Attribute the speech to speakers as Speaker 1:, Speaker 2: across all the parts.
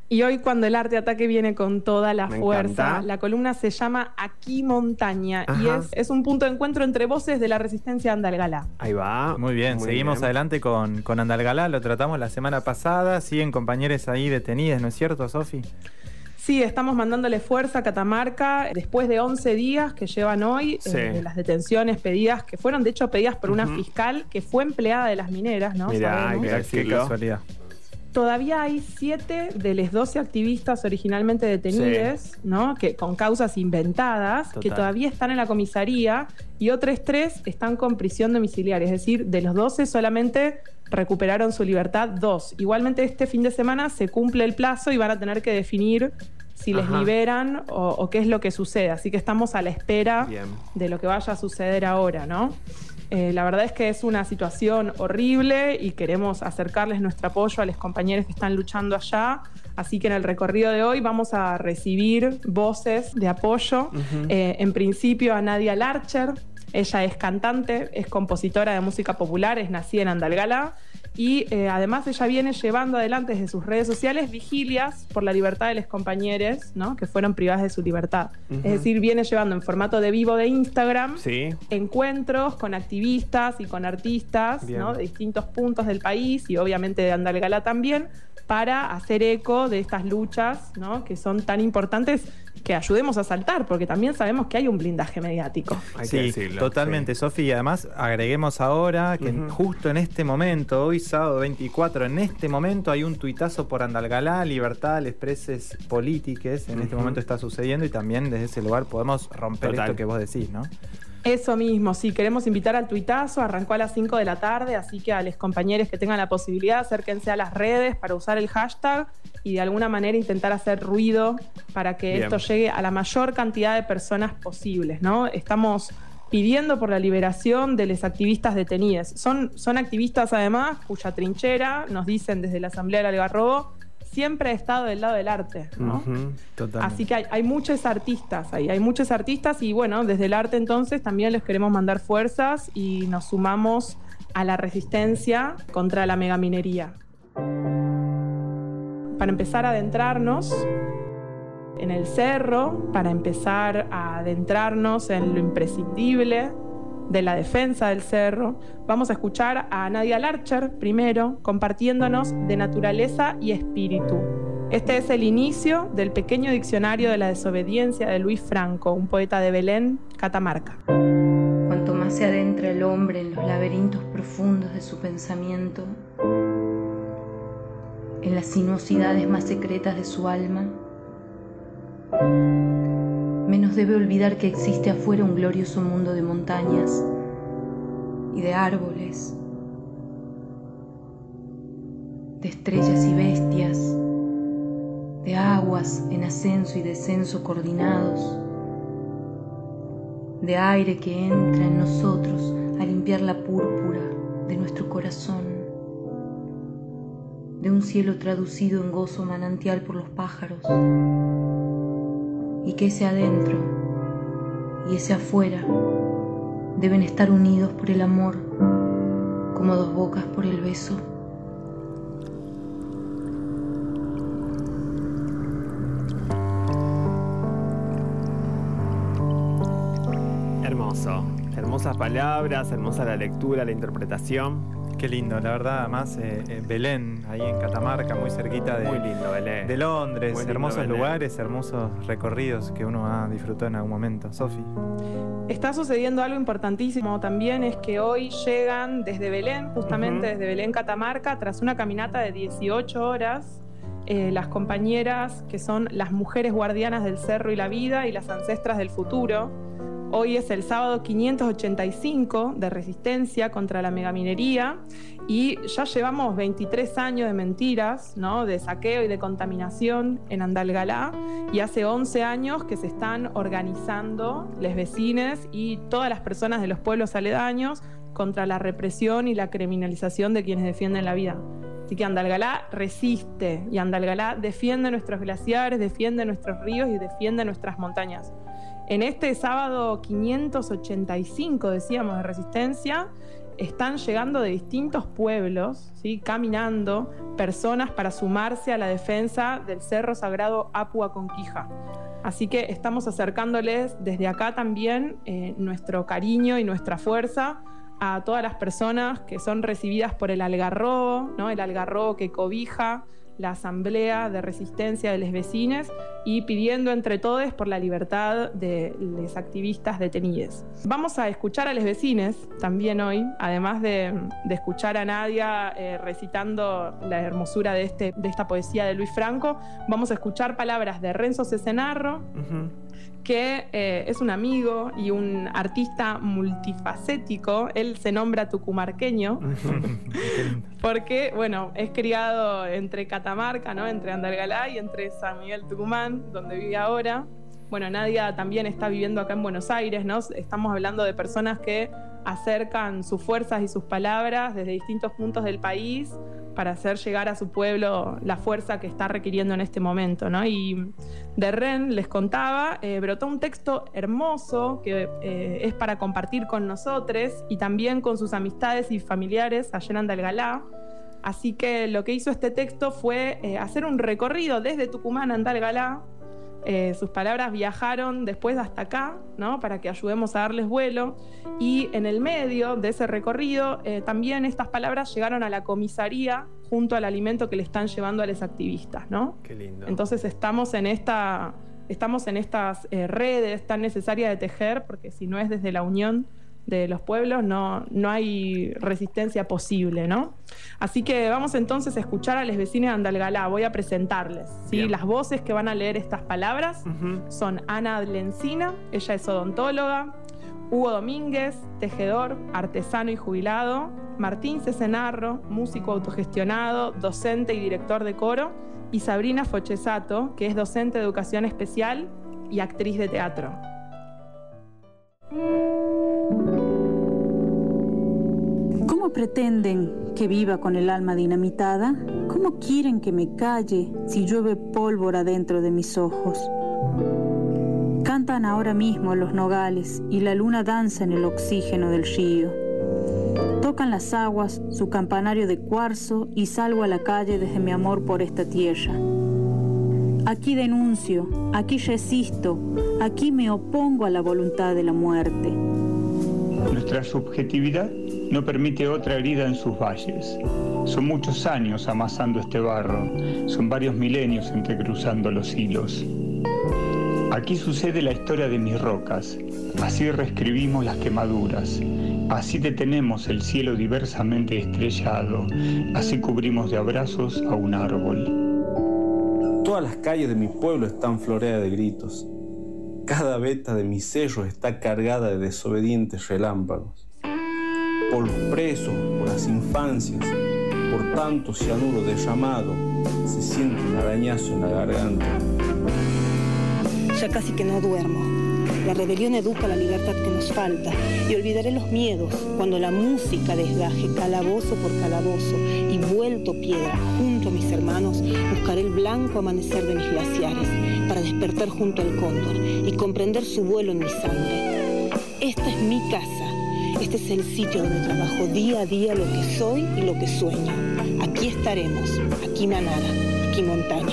Speaker 1: Y hoy, cuando el arte ataque viene con toda la fuerza,
Speaker 2: encanta.
Speaker 1: la columna se llama Aquí Montaña.
Speaker 2: Ajá.
Speaker 1: Y es un punto de encuentro entre voces de la resistencia Andalgalá.
Speaker 2: Ahí va.
Speaker 3: Muy bien, seguimos adelante con Andalgalá, lo tratamos la semana pasada, siguen compañeros ahí detenidos, ¿no es cierto, Sofi?
Speaker 1: Sí, estamos mandándole fuerza a Catamarca después de 11 días que llevan hoy,
Speaker 2: Sí.
Speaker 1: de las detenciones pedidas, que fueron de hecho pedidas por una fiscal que fue empleada de las mineras, ¿no?
Speaker 2: Mirá,
Speaker 1: Sabemos.
Speaker 2: hay que
Speaker 3: Qué
Speaker 2: decirlo.
Speaker 3: casualidad.
Speaker 1: Todavía hay 7 de los 12 activistas originalmente detenidos, ¿no? Que, con causas inventadas,
Speaker 3: Total.
Speaker 1: que todavía están en la comisaría, y otros 3 están con prisión domiciliaria. Es decir, de los 12 solamente recuperaron su libertad 2. Igualmente este fin de semana se cumple el plazo y van a tener que definir si les
Speaker 2: Ajá.
Speaker 1: liberan o qué es lo que sucede. Así que estamos a la espera
Speaker 2: Bien.
Speaker 1: de lo que vaya a suceder ahora, ¿no? La verdad es que es una situación horrible y queremos acercarles nuestro apoyo a los compañeros que están luchando allá. Así que en el recorrido de hoy vamos a recibir voces de apoyo. En principio a Nadia Larcher. Ella es cantante, es compositora de música popular, es nacida en Andalgalá. Y además ella viene llevando adelante desde sus redes sociales vigilias por la libertad de los compañeros, ¿no? Que fueron privados de su libertad. Es decir, viene llevando en formato de vivo de Instagram
Speaker 2: Sí.
Speaker 1: encuentros con activistas y con artistas,
Speaker 2: Bien.
Speaker 1: ¿no? De distintos puntos del país y obviamente de Andalgalá también, para hacer eco de estas luchas, ¿no? Que son tan importantes, que ayudemos a saltar, porque también sabemos que hay un blindaje mediático.
Speaker 2: Hay que
Speaker 3: Sí,
Speaker 2: decirlo.
Speaker 3: totalmente,
Speaker 2: Sí.
Speaker 3: Sofi. Y además agreguemos ahora que justo en este momento, hoy sábado 24, en este momento hay un tuitazo por Andalgalá, libertad, les preses polítiques. En este momento está sucediendo y también desde ese lugar podemos romper
Speaker 2: Total.
Speaker 3: esto que vos decís, ¿no?
Speaker 1: Eso mismo, sí, queremos invitar al tuitazo, arrancó a las 5 de la tarde, así que a los compañeros que tengan la posibilidad, acérquense a las redes para usar el hashtag y de alguna manera intentar hacer ruido para que
Speaker 2: Bien.
Speaker 1: esto llegue a la mayor cantidad de personas posibles, ¿no? Estamos pidiendo por la liberación de los activistas detenidos. Son activistas además cuya trinchera, nos dicen desde la Asamblea del Algarrobo, siempre ha estado del lado del arte, ¿no?
Speaker 3: Totalmente.
Speaker 1: Así que hay muchos artistas ahí, hay muchos artistas y bueno, desde el arte entonces también les queremos mandar fuerzas y nos sumamos a la resistencia contra la megaminería. Para empezar a adentrarnos en el cerro, para empezar a adentrarnos en lo imprescindible de la defensa del cerro, vamos a escuchar a Nadia Larcher primero, compartiéndonos de naturaleza y espíritu. Este es el inicio del pequeño diccionario de la desobediencia de Luis Franco, un poeta de Belén, Catamarca.
Speaker 4: Cuanto más se adentra el hombre en los laberintos profundos de su pensamiento, en las sinuosidades más secretas de su alma, menos debe olvidar que existe afuera un glorioso mundo de montañas y de árboles, de estrellas y bestias, de aguas en ascenso y descenso coordinados, de aire que entra en nosotros a limpiar la púrpura de nuestro corazón, de un cielo traducido en gozo manantial por los pájaros, y que ese adentro y ese afuera deben estar unidos por el amor, como dos bocas por el beso.
Speaker 2: Hermoso. Hermosas palabras, hermosa la lectura, la interpretación.
Speaker 3: Qué lindo, la verdad, además Belén, ahí en Catamarca, muy cerquita
Speaker 2: Muy lindo, Belén.
Speaker 3: de Londres,
Speaker 2: Muy lindo,
Speaker 3: hermosos
Speaker 2: Belén.
Speaker 3: lugares, hermosos recorridos que uno ha disfrutado en algún momento. Sofi.
Speaker 1: Está sucediendo algo importantísimo también, es que hoy llegan desde Belén, justamente desde Belén, Catamarca, tras una caminata de 18 horas, las compañeras que son las mujeres guardianas del cerro y la vida y las ancestras del futuro. Hoy es el sábado 585 de resistencia contra la megaminería y ya llevamos 23 años de mentiras, ¿no? De saqueo y de contaminación en Andalgalá, y hace 11 años que se están organizando los vecinos y todas las personas de los pueblos aledaños contra la represión y la criminalización de quienes defienden la vida. Así que Andalgalá resiste y Andalgalá defiende nuestros glaciares, defiende nuestros ríos y defiende nuestras montañas. En este sábado 585, decíamos, de resistencia, están llegando de distintos pueblos, ¿sí? Caminando, personas para sumarse a la defensa del Cerro Sagrado Apua Conquija. Así que estamos acercándoles desde acá también nuestro cariño y nuestra fuerza a todas las personas que son recibidas por el Algarrobo, ¿no? El Algarrobo que cobija la Asamblea de Resistencia de los Vecines, y pidiendo entre todos por la libertad de los activistas detenidos. Vamos a escuchar a los vecines también hoy, además de escuchar a Nadia recitando la hermosura de esta poesía de Luis Franco. Vamos a escuchar palabras de Renzo Cesenarro, que es un amigo y un artista multifacético. Él se nombra tucumarqueño porque, bueno, es criado entre Catamarca, ¿no? Entre Andalgalá y entre San Miguel Tucumán, donde vive ahora. Bueno, Nadia también está viviendo acá en Buenos Aires, ¿no? Estamos hablando de personas que acercan sus fuerzas y sus palabras desde distintos puntos del país para hacer llegar a su pueblo la fuerza que está requiriendo en este momento, ¿no? Y de Ren, les contaba, brotó un texto hermoso que es para compartir con nosotros y también con sus amistades y familiares allá en Andalgalá. Así que lo que hizo este texto fue hacer un recorrido desde Tucumán a Andalgalá. Sus palabras viajaron después hasta acá, ¿no? Para que ayudemos a darles vuelo, y en el medio de ese recorrido también estas palabras llegaron a la comisaría junto al alimento que le están llevando a los activistas, ¿no?
Speaker 2: Qué lindo.
Speaker 1: Entonces estamos en estas redes tan necesarias de tejer, porque si no es desde la unión de los pueblos no hay resistencia posible, ¿no? Así que vamos entonces a escuchar a los vecinos de Andalgalá. Voy a presentarles, ¿sí? Las voces que van a leer estas palabras son Ana Lencina, ella es odontóloga; Hugo Domínguez, tejedor, artesano y jubilado; Martín Cesenarro, músico autogestionado, docente y director de coro; y Sabrina Fochesato, que es docente de educación especial y actriz de teatro.
Speaker 5: ¿Cómo pretenden que viva con el alma dinamitada? ¿Cómo quieren que me calle si llueve pólvora dentro de mis ojos? Cantan ahora mismo los nogales y la luna danza en el oxígeno del río. Tocan las aguas su campanario de cuarzo y salgo a la calle desde mi amor por esta tierra. Aquí denuncio, aquí resisto, aquí me opongo a la voluntad de la muerte.
Speaker 6: Nuestra subjetividad no permite otra herida en sus valles. Son muchos años amasando este barro, son varios milenios entrecruzando los hilos. Aquí sucede la historia de mis rocas, así reescribimos las quemaduras, así detenemos el cielo diversamente estrellado, así cubrimos de abrazos a un árbol.
Speaker 7: Todas las calles de mi pueblo están floreadas de gritos. Cada veta de mis cerros está cargada de desobedientes relámpagos. Por los presos, por las infancias, por tanto cianuro derramado, se siente un arañazo en la garganta.
Speaker 8: Ya casi que no duermo. La rebelión educa la libertad que nos falta, y olvidaré los miedos cuando la música desgaje calabozo por calabozo, y vuelto piedra junto a mis hermanos buscaré el blanco amanecer de mis glaciares para despertar junto al cóndor y comprender su vuelo en mi sangre. Esta es mi casa, este es el sitio donde trabajo día a día lo que soy y lo que sueño. Aquí estaremos, aquí manada, aquí montaña.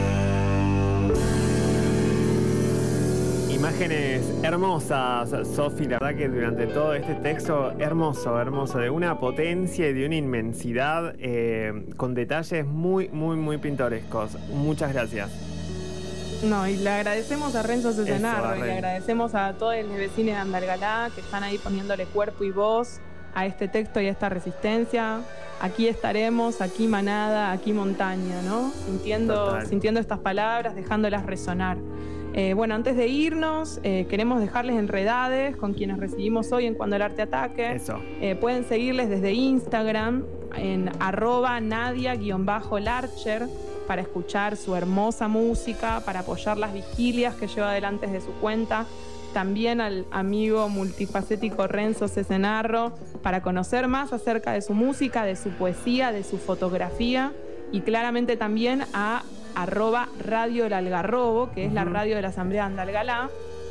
Speaker 2: Imágenes hermosas, Sofi, la verdad que durante todo este texto, hermoso, de una potencia y de una inmensidad, con detalles muy, muy, muy pintorescos. Muchas gracias.
Speaker 1: No, y le agradecemos a Renzo Cesenarro, y le agradecemos a todos los vecinos de Andalgalá que están ahí poniéndole cuerpo y voz a este texto y a esta resistencia. Aquí estaremos, aquí manada, aquí montaña, ¿no? Sintiendo estas palabras, dejándolas resonar. Bueno, antes de irnos, queremos dejarles enredades con quienes recibimos hoy en Cuando el Arte Ataque.
Speaker 2: Eso.
Speaker 1: Pueden seguirles desde Instagram en @nadia_larcher para escuchar su hermosa música, para apoyar las vigilias que lleva adelante desde su cuenta. También al amigo multifacético Renzo Cesenarro para conocer más acerca de su música, de su poesía, de su fotografía, y claramente también a @Radio El Algarrobo, que es la radio de la Asamblea de Andalgalá,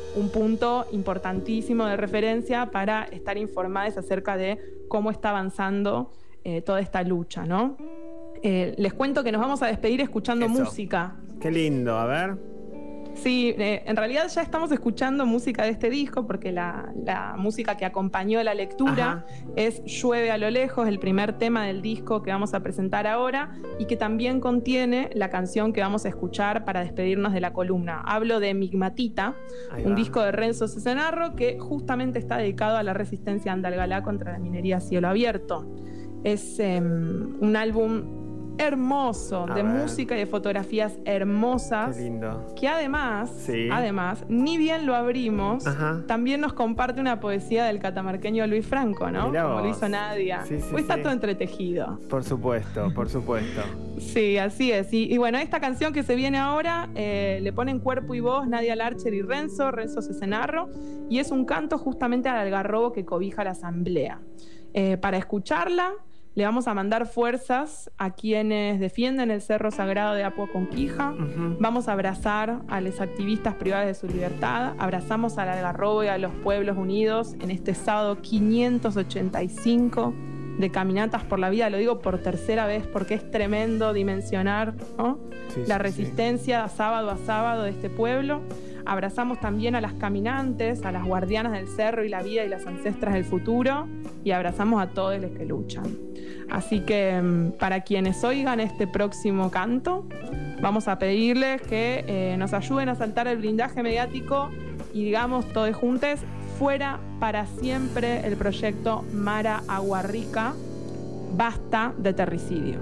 Speaker 1: un punto importantísimo de referencia para estar informadas acerca de cómo está avanzando toda esta lucha, ¿no? Les cuento que nos vamos a despedir escuchando música.
Speaker 2: Qué lindo, a ver.
Speaker 1: Sí, en realidad ya estamos escuchando música de este disco porque la música que acompañó la lectura es Llueve a lo lejos, el primer tema del disco que vamos a presentar ahora y que también contiene la canción que vamos a escuchar para despedirnos de la columna. Hablo de Migmatita, un disco de Renzo Cesenarro que justamente está dedicado a la resistencia andalgalá contra la minería a cielo abierto. Es un álbum hermoso, de música y de fotografías hermosas.
Speaker 2: Qué lindo.
Speaker 1: Que además, ni bien lo abrimos, también nos comparte una poesía del catamarqueño Luis Franco, ¿no? Como lo hizo Nadia. Pues está todo entretejido.
Speaker 2: Por supuesto, por supuesto.
Speaker 1: Sí, así es. Y bueno, esta canción que se viene ahora le ponen cuerpo y voz Nadia Larcher y Renzo Cesenarro, y es un canto justamente al algarrobo que cobija la asamblea. Para escucharla, le vamos a mandar fuerzas a quienes defienden el Cerro Sagrado de Apuaconquija. Vamos a abrazar a los activistas privados de su libertad. Abrazamos al algarrobo y a los pueblos unidos en este sábado 585 de Caminatas por la Vida. Lo digo por tercera vez porque es tremendo dimensionar, ¿no? La resistencia sábado a sábado de este pueblo. Abrazamos también a las caminantes, a las guardianas del cerro y la vida y las ancestras del futuro, y abrazamos a todos los que luchan. Así que para quienes oigan este próximo canto, vamos a pedirles que nos ayuden a saltar el blindaje mediático y digamos todos juntos, fuera para siempre el proyecto Mara Aguarrica, basta de terricidio.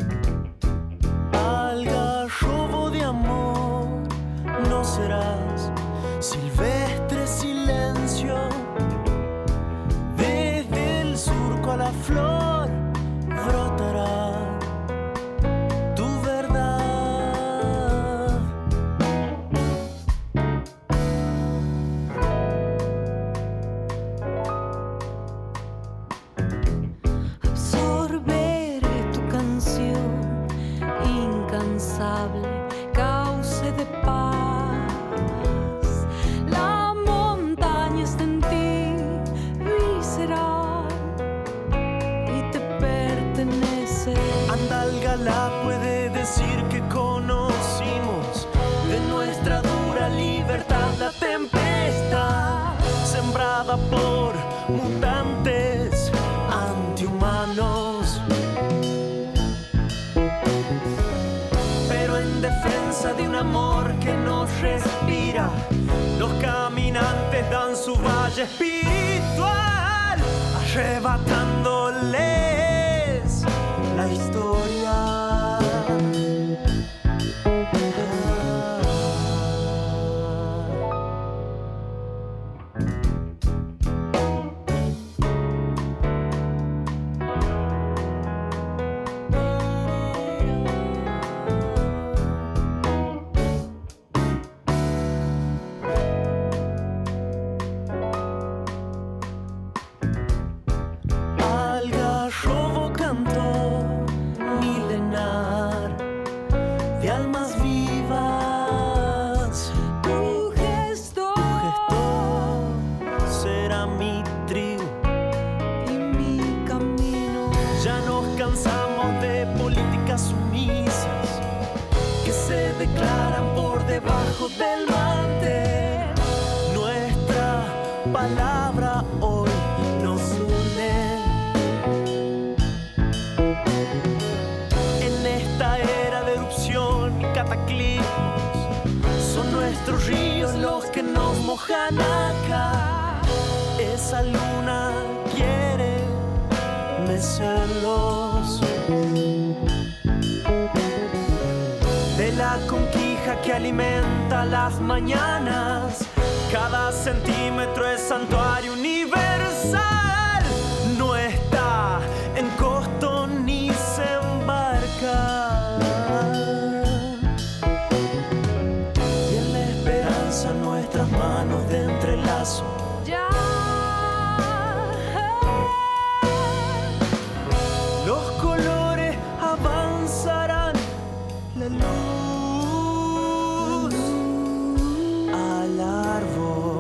Speaker 9: Algarrobo de amor, no serás silvestre silencio. Desde el surco a la flor brotará tu verdad. Absorberé tu canción incansable, cauce de paz. La montaña está en ti, visceral, y te pertenece. Andalgalá puede decir que conocimos de nuestra dura libertad la tempestad, sembrada por mutantes antihumanos. En defensa de un amor que nos respira, los caminantes dan su valle espiritual, arrebatándoles la historia. Del mantel, nuestra palabra hoy nos une. En esta era de erupción y cataclismos, son nuestros ríos los que nos mojan acá. Esa luna quiere mecerlos. De la conquija que alimenta las mañanas, cada centímetro es santuario universal. No está en costo ni se embarca. Y en la esperanza nuestras manos de entrelazo. Los colores avanzarán, la luz al árbol.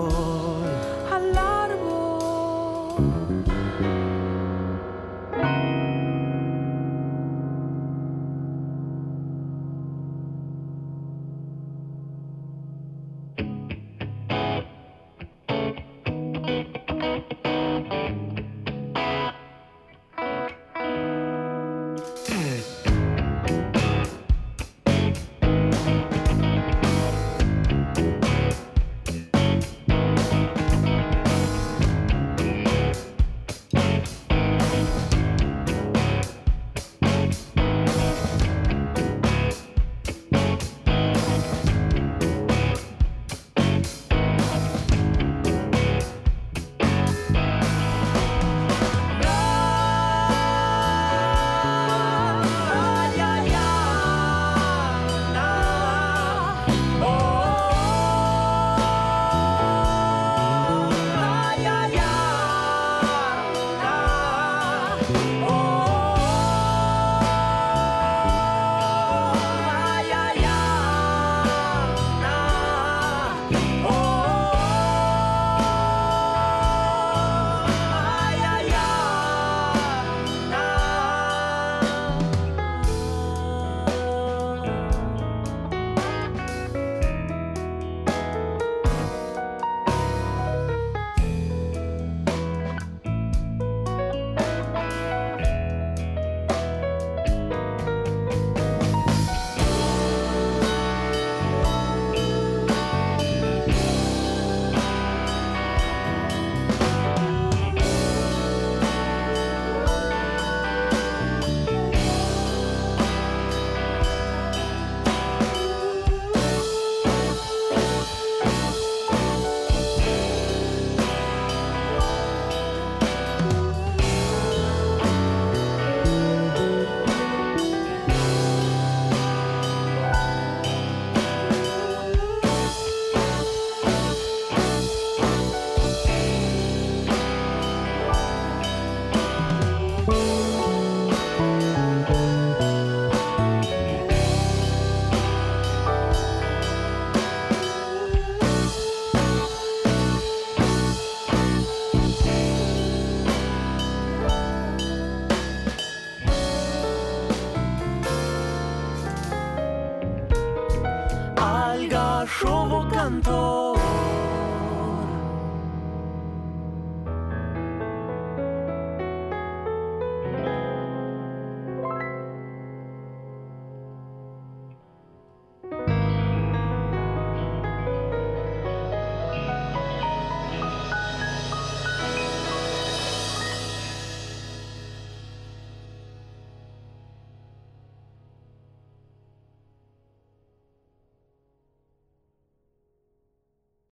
Speaker 9: robo cantor.